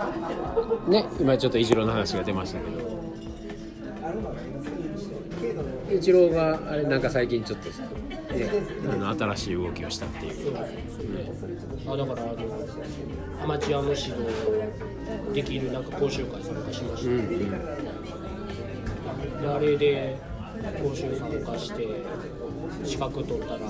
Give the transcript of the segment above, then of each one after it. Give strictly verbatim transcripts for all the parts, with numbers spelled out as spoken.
ね、今ちょっとイチローの話が出ましたけど、イチローがあれなんか最近ちょっと、ね、あの新しい動きをしたっていう。 そうですね。あ、だからあのアマチュアの指導できるなんか講習会参加しました、うんうん、であれで講習参加して資格取ったら、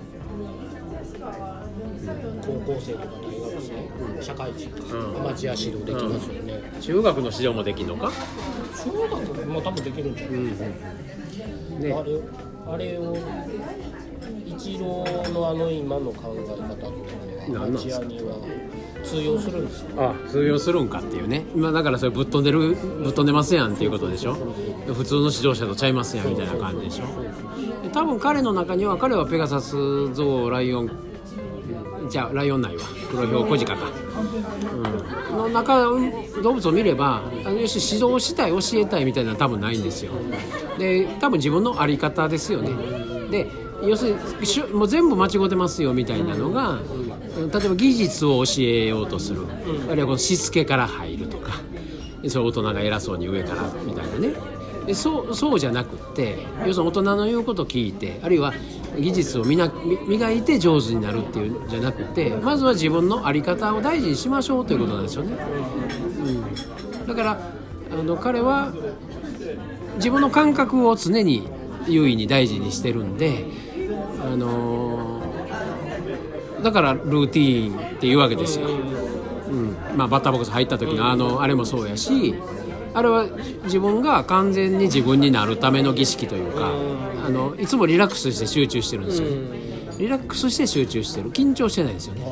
高校生とか大学生、うん、社会人とか、うん、アマチュア指導できますよね、 うん、中学の指導もできるのか。 中学も多分できるんじゃないですか、うんね、あれあれをイチローのあの今の考え方っていうのはアマチュアには通用するんですよ。 あ、通用するんかっていうね。今だからそれぶっ飛んでるぶっ飛んでますやんっていうことでしょ。普通の指導者とちゃいますやんみたいな感じでしょ。多分彼の中には、彼はペガサス、ゾウ、ライオン、じゃあライオン内は黒ヒョウ、コジカか、うん、の中動物を見れば、要するに指導したい、教えたいみたいなのは多分ないんですよ。で、多分自分の在り方ですよね。で、要するにもう全部間違ってますよみたいなのが、例えば技術を教えようとする、あるいはこのしつけから入るとか、それ大人が偉そうに上からみたいなね。で そう、そうじゃなくって、要するに大人の言うことを聞いて、あるいは技術をみな磨いて上手になるっていうんじゃなくて、まずは自分の在り方を大事にしましょうということなんですよね、うん、だからあの彼は自分の感覚を常に優位に大事にしてるんで、あのー、だからルーティーンっていうわけですよ、うんまあ、バッターボックス入った時のあのあれもそうやし、あれは自分が完全に自分になるための儀式というか、あのいつもリラックスして集中してるんですよ、リラックスして集中してる、緊張してないですよね、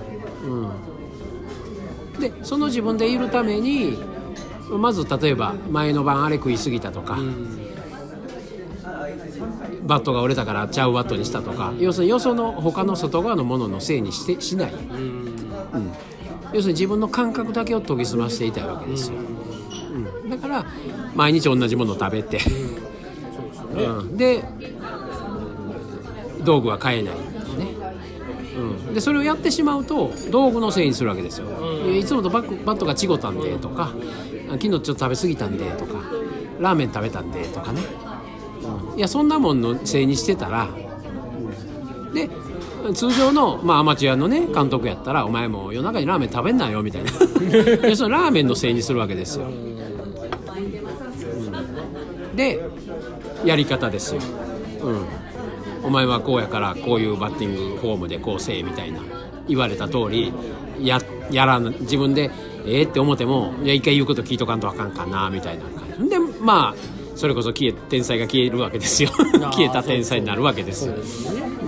うん、でその自分でいるために、まず例えば前の晩あれ食いすぎたとか、バットが折れたからちゃうバットにしたとか、要するによその他の外側のもののせいにしてしない、うん、要するに自分の感覚だけを研ぎ澄ましていたいわけですよ、うん、だから毎日同じものを食べて、うん、で道具は変えないっていうね、うん、でそれをやってしまうと道具のせいにするわけですよ、うん、いつもとバッ, バットが違ったんでとか、昨日ちょっと食べ過ぎたんでとか、ラーメン食べたんでとかね、うん、いやそんなもんのせいにしてたら、うん、で通常の、まあ、アマチュアのね監督やったら、お前も夜中にラーメン食べんなよみたいなでそのラーメンのせいにするわけですよ、うん、でやり方ですよ、うん、お前はこうやからこういうバッティングフォームでこうせえみたいな言われた通り や, やらん、自分でえーって思っても、いや一回言うこと聞いとかんとあかんかなみたいな感じで、まあそれこそ消え天才が消えるわけですよ消えた天才になるわけですよ、うん、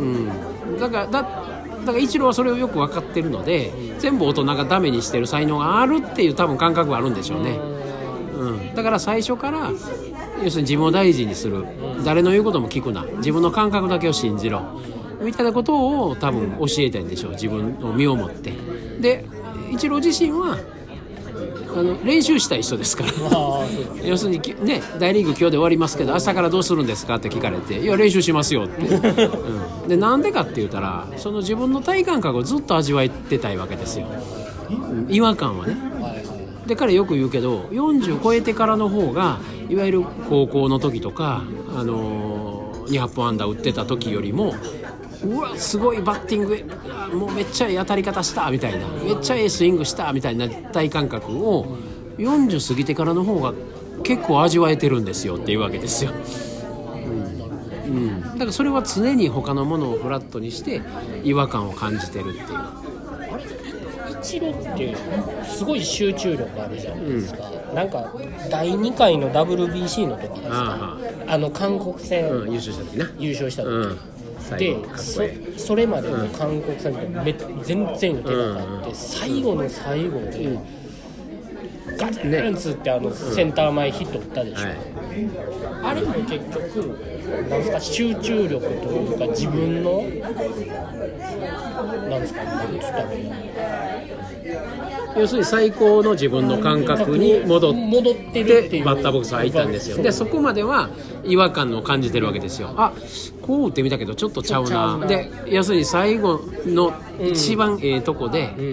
だからだだからイチローはそれをよく分かってるので、全部大人がダメにしてる才能があるっていう多分感覚があるんでしょうね、うん、だから最初から要するに自分を大事にする、誰の言うことも聞くな、自分の感覚だけを信じろみたいなことを多分教えたいんでしょう、自分の身をもって。でイチロー自身はあの練習したい人ですから要するに、ね、大リーグ今日で終わりますけど明日からどうするんですかって聞かれて、いや練習しますよって、うん、でなんでかって言ったら、その自分の体感覚をずっと味わってたいわけですよ、うん、違和感はね。で彼よく言うけど、よんじゅう超えてからの方がいわゆる高校の時とか、あのー、にじゅっぽん安打打ってた時よりも、うわすごいバッティング、もうめっちゃいい当たり方したみたいな、めっちゃいいスイングしたみたいな体感覚をよんじゅう過ぎてからの方が結構味わえてるんですよっていうわけですよ、うんうん、だからそれは常に他のものをフラットにして違和感を感じてるっていう。 あれイチローってすごい集中力あるじゃないですか、うん、なんかだいにかいの ダブリュービーシー の時ですか、あ, あの韓国戦、 うん、優勝した時な優勝した時、うんでそ, それまでの韓国戦ってめ全然打てなかった、うん、最後の最後で、うん、ガツンツってあのセンター前ヒット打ったでしょ、うんはい、あれも結局なんですか、集中力というか自分のなんですか、なんつったらいいの、 要するに最高の自分の感覚に戻って戻ってるっていうバッターボックス入ったんですよ。でそこまでは違和感を感じてるわけですよ。あ、こう打ってみたけどちょっとちゃうな。で要するに最後の一番ええとこで、うん、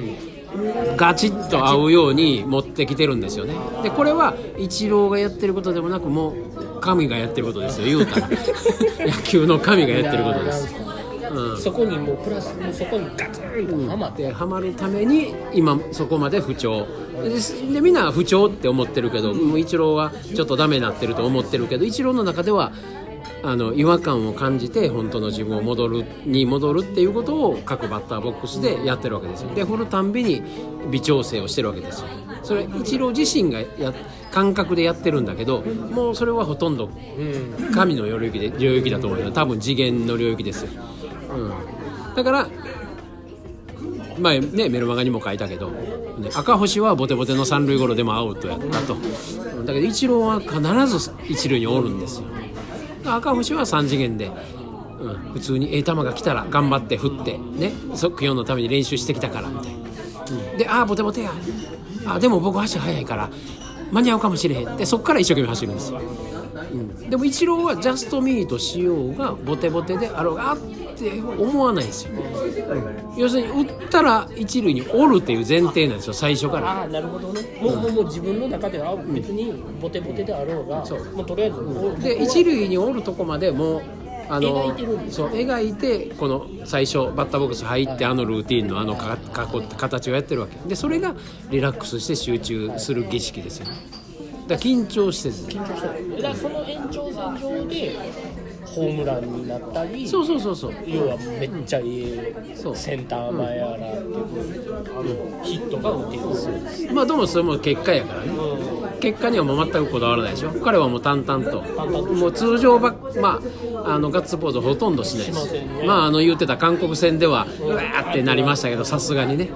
ガチッと合うように持ってきてるんですよね。でこれはイチローがやってることでもなく、もう神がやってることですよ、言うたら野球の神がやってることです。うん、 そこにもうプラスもうそこにガツンとはまって、 はまるために今そこまで不調 で, でみんな不調って思ってるけど、もうイチローはちょっとダメになってると思ってるけど、イチローの中ではあの違和感を感じて本当の自分を戻るに戻るっていうことを各バッターボックスでやってるわけですよ。で振るたんびに微調整をしてるわけですよ。それイチロー自身がや感覚でやってるんだけど、もうそれはほとんど神の領域で領域だと思うよ。多分次元の領域ですよ。うん、だから前ねメルマガにも書いたけど、ね、赤星はボテボテの三塁ゴロでもアウトやったと。だけどイチローは必ず一塁におるんですよ。赤星はさん次元で、うん、普通にええ球が来たら頑張って振ってね、即興のために練習してきたからみたいな、うん、でああボテボテや、あでも僕足速いから間に合うかもしれへんって、そっから一生懸命走るんですよ。うん、でもイチローはジャストミートしようがボテボテであろうがあって思わないんですよ。要するに打ったら一塁におるっていう前提なんですよ、最初から。 ああなるほどね。もう、うん、もうもう自分の中では別にボテボテであろうが、うん、もうとりあえず、うん、で一塁におるとこまでもうあの描いてるんです。そう描いて、この最初バッターボックス入って、はい、あのルーティンのあのかか形をやってるわけで、それがリラックスして集中する儀式ですよね。だから緊張してず緊張してる。だからその延長線上でホームランになったり、 そうそうそうそう、 要はめっちゃいいセンター前やらっていう、うん、あのヒットが打てるんですよ。 まあどうもそれも結果やからね、うん、結果にはもう全くこだわらないでしょ。彼はもう淡々ともう通常ば、まあ、あのガッツポーズほとんどしないです。ね、まああの言ってた韓国戦ではうわーってなりましたけど、さすがにね、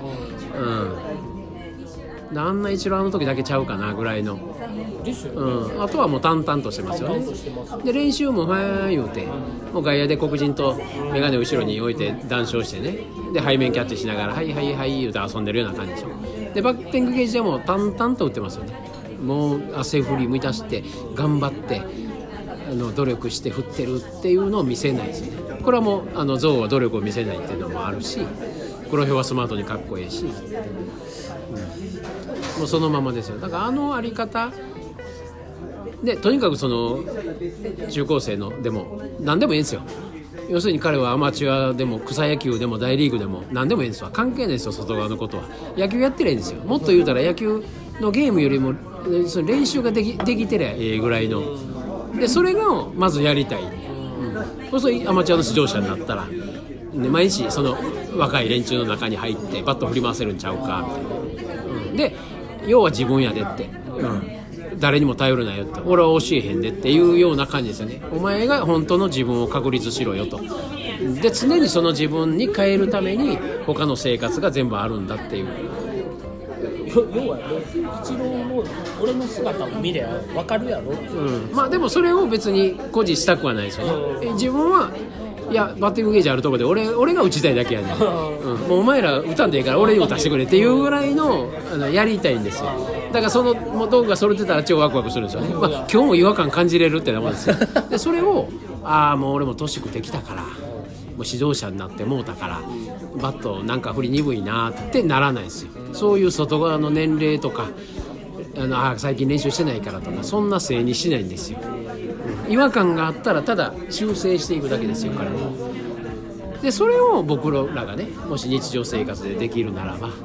うん、あんな一郎の時だけちゃうかなぐらいのですよね。うん、あとはもう淡々としてますよね。で練習もはー言うて、もう外野で黒人と眼鏡後ろに置いて談笑してね、で背面キャッチしながらはいはいはい言うて遊んでるような感じでしょ。でバッティングゲージでも淡々と打ってますよね。もう汗振り満たして頑張ってあの努力して振ってるっていうのを見せないですよね。これはもうあの象は努力を見せないっていうのもあるし、黒ひょうはスマートにかっこいいし、うん、もうそのままですよ。だからあのあり方で、とにかくその中高生のでも何でもいいんですよ。要するに彼はアマチュアでも草野球でも大リーグでも何でもいいんですわ。関係ないですよ、外側のことは。野球やってりゃいいんですよ。もっと言うたら野球のゲームよりもその練習ができ、できてりゃええぐらいので、それがまずやりたい、うん、そうするとアマチュアの指導者になったら、ね、毎日その若い連中の中に入ってバット振り回せるんちゃうかみたいな、うん、で要は自分やでって、うん誰にも頼るなよって、俺は教えへんでっていうような感じですよね。お前が本当の自分を確立しろよと。で常にその自分に変えるために他の生活が全部あるんだっていう。 要はイチローの俺の姿を見りゃ分かるやろって、 うん、まあでもそれを別に誇示したくはないですよね。自分はいやバッティングゲージあるところで 俺, 俺が打ちたいだけやねん、うん、もうお前ら打たんでいいから俺に打たしてくれっていうぐらい の, あのやりたいんですよ。だからその道具がそれてたら超ワクワクするんですよね、まあ、今日も違和感感じれるってなもんですよ。でそれをああもう俺も年食ってきたからもう指導者になってもうたからバットなんか振り鈍いなってならないですよ。そういう外側の年齢とかあのあ最近練習してないからとかそんなせいにしないんですよ。違和感があったらただ修正していくだけですよ彼は。でそれを僕らがねもし日常生活でできるならば、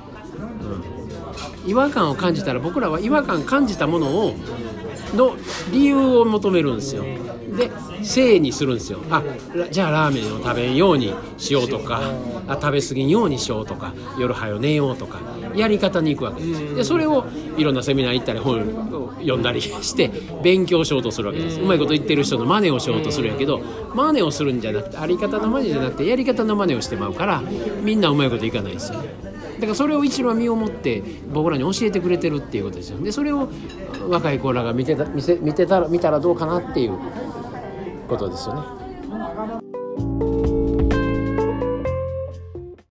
うん、違和感を感じたら僕らは違和感感じたものをの理由を求めるんですよ。で正にするんですよ。あじゃあラーメンを食べんようにしようとかあ食べ過ぎんようにしようとか夜はよ寝ようとかやり方に行くわけです。でそれをいろんなセミナー行ったり本を読んだりして勉強しようとするわけです。うまいこと言ってる人の真似をしようとするんやけど真似をするんじゃなくてあり方の真似じゃなくてやり方の真似をしてまうからみんなうまいこといかないですよ。だからそれを一郎は身をもって僕らに教えてくれてるっていうことですよ。でそれを若い子らが見てた、見せ、見てたら見たらどうかなっていうことですよね。